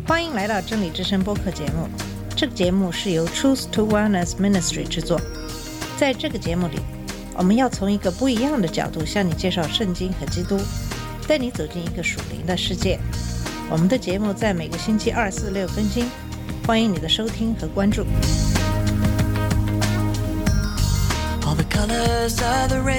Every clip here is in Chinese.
欢迎来到真理之声播客节目。这个节目是由 Truth to Wellness Ministry 制作。在这个节目里，我们要从一个不一样的角度向你介绍圣经和基督，带你走进一个属灵的世界。我们的节目在每个星期2、4、6更新，欢迎你的收听和关注。All the colors of the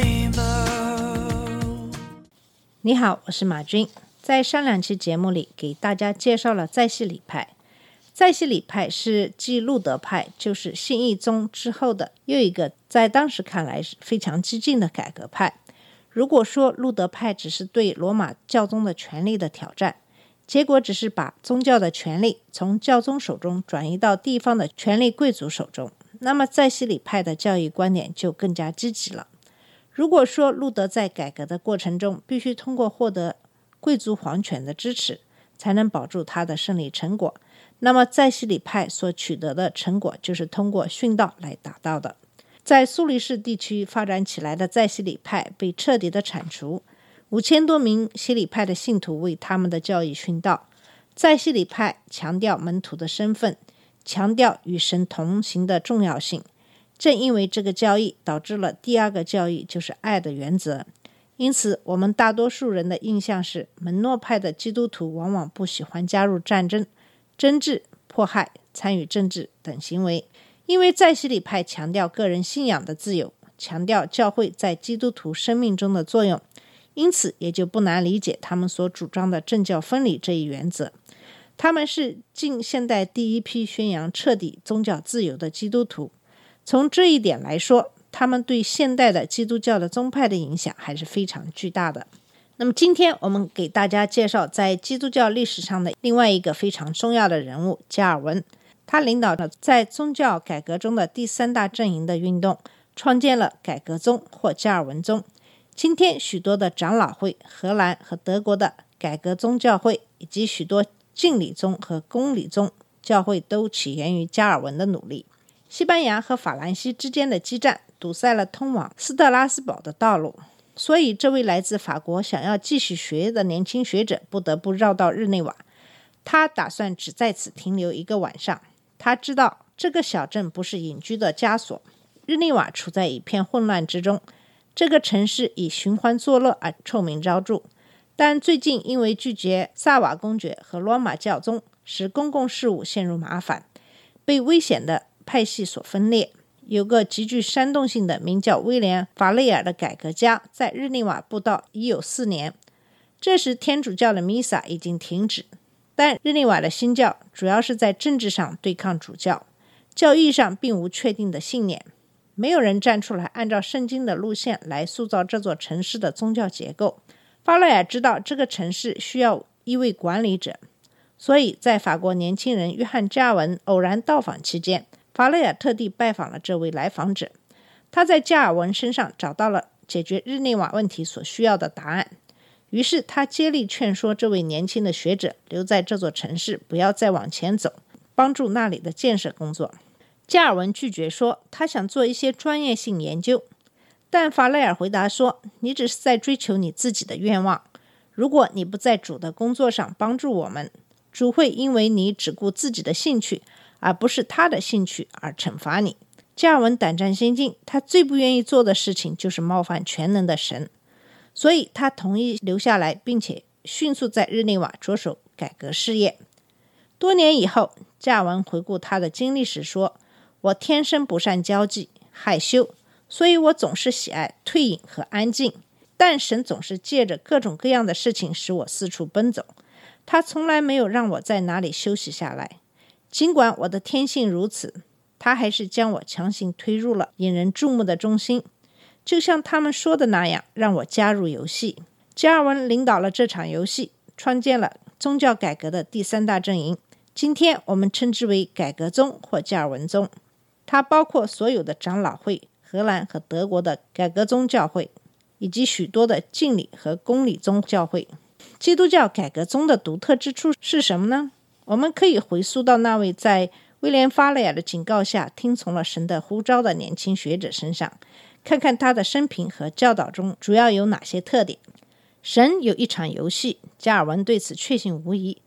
rainbow。 你好，我是马军。在上2期节目里给大家介绍了再洗礼派。再洗礼派是继路德派，就是信义宗之后的又一个在当时看来是非常激进的改革派。如果说路德派只是对罗马教宗的权力的挑战，结果只是把宗教的权力从教宗手中转移到地方的权力贵族手中，那么再洗礼派的教义观点就更加积极了。如果说路德在改革的过程中必须通过获得贵族皇权的支持才能保住他的胜利成果，那么再洗礼派所取得的成果就是通过殉道来达到的。在苏黎世地区发展起来的再洗礼派被彻底的铲除，5000多名洗礼派的信徒为他们的教义殉道。再洗礼派强调门徒的身份，强调与神同行的重要性。正因为这个教义导致了第二个教义，就是爱的原则。因此我们大多数人的印象是，门诺派的基督徒往往不喜欢加入战争、争执、迫害、参与政治等行为。因为再洗礼派强调个人信仰的自由，强调教会在基督徒生命中的作用，因此也就不难理解他们所主张的政教分离这一原则。他们是近现代第一批宣扬彻底宗教自由的基督徒。从这一点来说，他们对现代的基督教的宗派的影响还是非常巨大的。那么今天我们给大家介绍在基督教历史上的另外一个非常重要的人物加尔文。他领导了在宗教改革中的第3大阵营的运动，创建了改革宗或加尔文宗。今天许多的长老会、荷兰和德国的改革宗教会，以及许多敬礼宗和公理宗教会都起源于加尔文的努力。西班牙和法兰西之间的激战堵塞了通往斯特拉斯堡的道路，所以这位来自法国想要继续学业的年轻学者不得不绕到日内瓦。他打算只在此停留1个晚上。他知道这个小镇不是隐居的枷锁，日内瓦处在一片混乱之中，这个城市以寻欢作乐而臭名昭著，但最近因为拒绝萨瓦公爵和罗马教宗，使公共事务陷入麻烦，被危险的派系所分裂。有个极具煽动性的名叫威廉·法雷尔的改革家在日内瓦布道已有4年。这时天主教的弥撒已经停止，但日内瓦的新教主要是在政治上对抗主教，教义上并无确定的信念。没有人站出来按照圣经的路线来塑造这座城市的宗教结构。法雷尔知道这个城市需要一位管理者，所以在法国年轻人约翰·加尔文偶然到访期间，法雷尔特地拜访了这位来访者。他在加尔文身上找到了解决日内瓦问题所需要的答案，于是他竭力劝说这位年轻的学者留在这座城市，不要再往前走，帮助那里的建设工作。加尔文拒绝说他想做一些专业性研究，但法雷尔回答说，你只是在追求你自己的愿望，如果你不在主的工作上帮助我们，主会因为你只顾自己的兴趣而不是他的兴趣而惩罚你。加尔文胆战心惊，他最不愿意做的事情就是冒犯全能的神，所以他同意留下来，并且迅速在日内瓦着手改革事业。多年以后，加尔文回顾他的经历时说，我天生不善交际，害羞，所以我总是喜爱退隐和安静，但神总是借着各种各样的事情使我四处奔走，他从来没有让我在哪里休息下来。尽管我的天性如此，他还是将我强行推入了引人注目的中心，就像他们说的那样，让我加入游戏。加尔文领导了这场游戏，创建了宗教改革的第3大阵营，今天我们称之为改革宗或加尔文宗。它包括所有的长老会、荷兰和德国的改革宗教会，以及许多的敬礼和公理宗教会。基督教改革宗的独特之处是什么呢？我们可以回溯到那位在威廉·法雷尔的警告下听从了神的呼召的年轻学者身上，看看他的生平和教导中主要有哪些特点。神有一场游戏，加尔文对此确信无疑。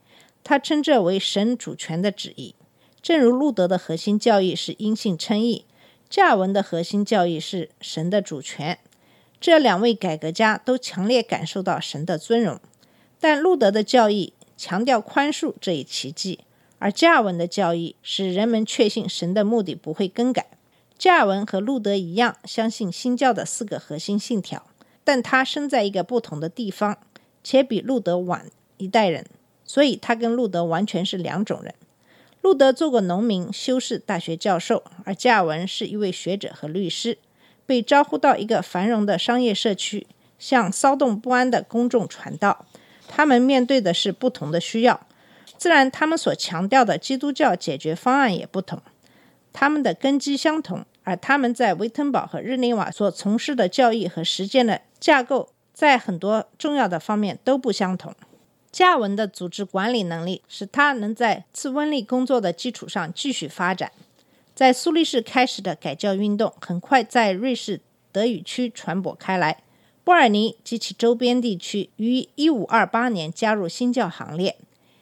他称这为神主权的旨意。正如路德的核心教义是因信称义，加尔文的核心教义是神的主权。这两位改革家都强烈感受到神的尊荣，但路德的教义强调宽恕这一奇迹，而加尔文的教义使人们确信神的目的不会更改。加尔文和路德一样相信新教的4个核心信条，但他生在一个不同的地方，且比路德晚一代人，所以他跟路德完全是两种人。路德做过农民、修士、大学教授，而加尔文是一位学者和律师，被招呼到一个繁荣的商业社区，向骚动不安的公众传道。他们面对的是不同的需要，自然他们所强调的基督教解决方案也不同。他们的根基相同，而他们在维滕堡和日内瓦所从事的教义和实践的架构在很多重要的方面都不相同。加尔文的组织管理能力使他能在次温利工作的基础上继续发展。在苏黎世开始的改教运动很快在瑞士德语区传播开来，波尔尼及其周边地区于1528年加入新教行列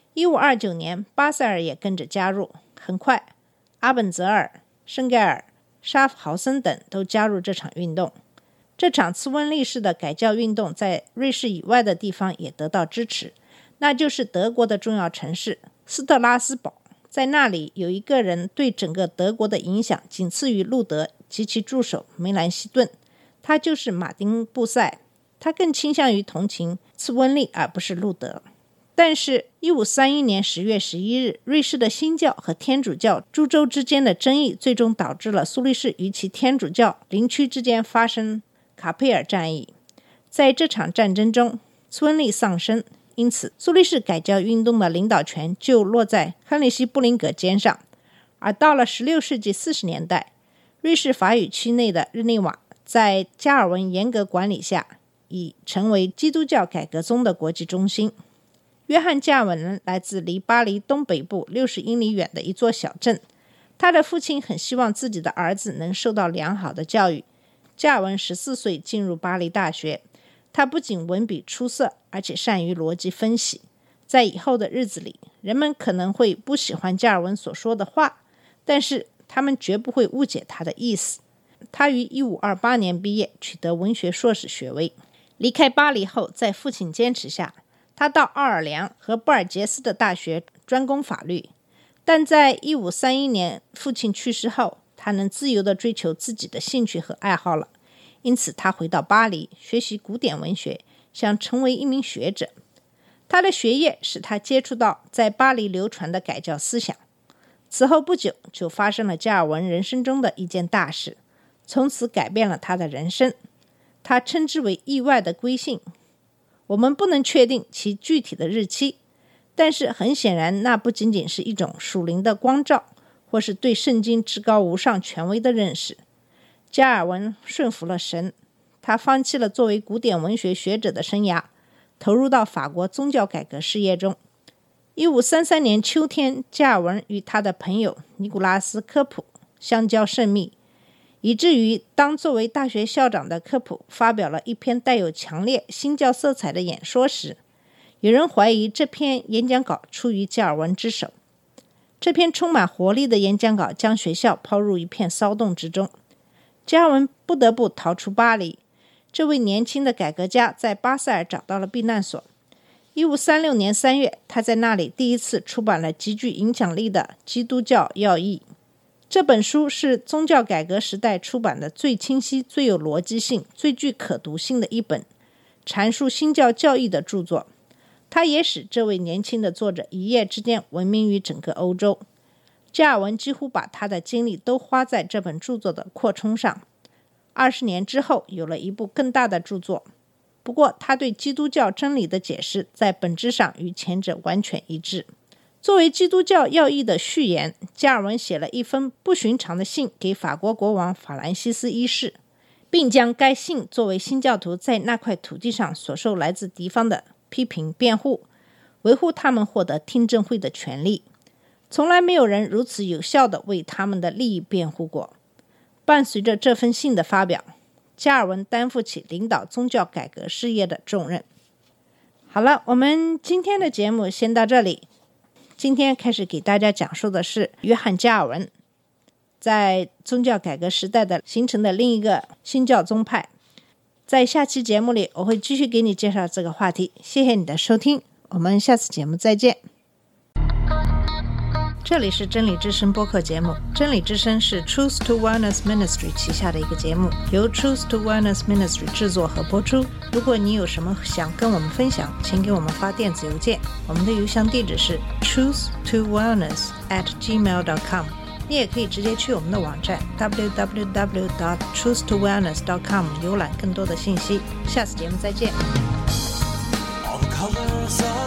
，1529年巴塞尔也跟着加入，很快阿本泽尔、圣盖尔、沙夫豪森等都加入这场运动。这场次温利式的改教运动在瑞士以外的地方也得到支持，那就是德国的重要城市斯特拉斯堡。在那里有一个人对整个德国的影响仅次于路德及其助手梅兰希顿，他就是马丁布塞。他更倾向于同情次温利而不是路德。但是1531年10月11日，瑞士的新教和天主教诸州之间的争议最终导致了苏黎世与其天主教邻区之间发生卡佩尔战役。在这场战争中，次温利丧生，因此苏黎世改教运动的领导权就落在亨利希·布林格肩上。而到了16世纪40年代，瑞士法语区内的日内瓦在加尔文严格管理下已成为基督教改革中的国际中心。约翰·加尔文来自离巴黎东北部60英里远的一座小镇，他的父亲很希望自己的儿子能受到良好的教育。加尔文14岁进入巴黎大学，他不仅文笔出色，而且善于逻辑分析。在以后的日子里，人们可能会不喜欢加尔文所说的话，但是他们绝不会误解他的意思。他于1528年毕业，取得文学硕士学位。离开巴黎后，在父亲坚持下，他到奥尔良和布尔杰斯的大学专攻法律。但在1531年父亲去世后，他能自由地追求自己的兴趣和爱好了，因此他回到巴黎学习古典文学，想成为一名学者。他的学业使他接触到在巴黎流传的改教思想。此后不久就发生了加尔文人生中的一件大事，从此改变了他的人生。他称之为意外的归信。我们不能确定其具体的日期，但是很显然那不仅仅是一种属灵的光照，或是对圣经至高无上权威的认识。加尔文顺服了神，他放弃了作为古典文学学者的生涯，投入到法国宗教改革事业中。1533年秋天，加尔文与他的朋友尼古拉斯·科普相交甚密，以至于当作为大学校长的科普发表了一篇带有强烈新教色彩的演说时，有人怀疑这篇演讲稿出于加尔文之手。这篇充满活力的演讲稿将学校抛入一片骚动之中。加尔文不得不逃出巴黎。这位年轻的改革家在巴塞尔找到了避难所。1536年3月，他在那里第一次出版了极具影响力的《基督教要义》。这本书是宗教改革时代出版的最清晰、最有逻辑性、最具可读性的一本阐述新教教义的著作。它也使这位年轻的作者一夜之间闻名于整个欧洲。加尔文几乎把他的精力都花在这本著作的扩充上。20年之后，有了一部更大的著作。不过，他对基督教真理的解释在本质上与前者完全一致。作为基督教要义的序言，加尔文写了一封不寻常的信给法国国王法兰西斯一世，并将该信作为新教徒在那块土地上所受来自敌方的批评辩护，维护他们获得听证会的权利。从来没有人如此有效地为他们的利益辩护过。伴随着这封信的发表，加尔文担负起领导宗教改革事业的重任。好了，我们今天的节目先到这里。 今天开始给大家讲述的是约翰加尔文在宗教改革时代的形成的另一个新教宗派。在下期节目里，我会继续给你介绍这个话题。谢谢你的收听，我们下次节目再见。这里是真理之声播客节目，真理之声是 Truth to Wellness Ministry 旗下的一个节目，由 Truth to Wellness Ministry 制作和播出。如果你有什么想跟我们分享，请给我们发电子邮件，我们的邮箱地址是 truthtowellness@gmail.com。 你也可以直接去我们的网站 www.truthtowellness.com 浏览更多的信息。下次节目再见。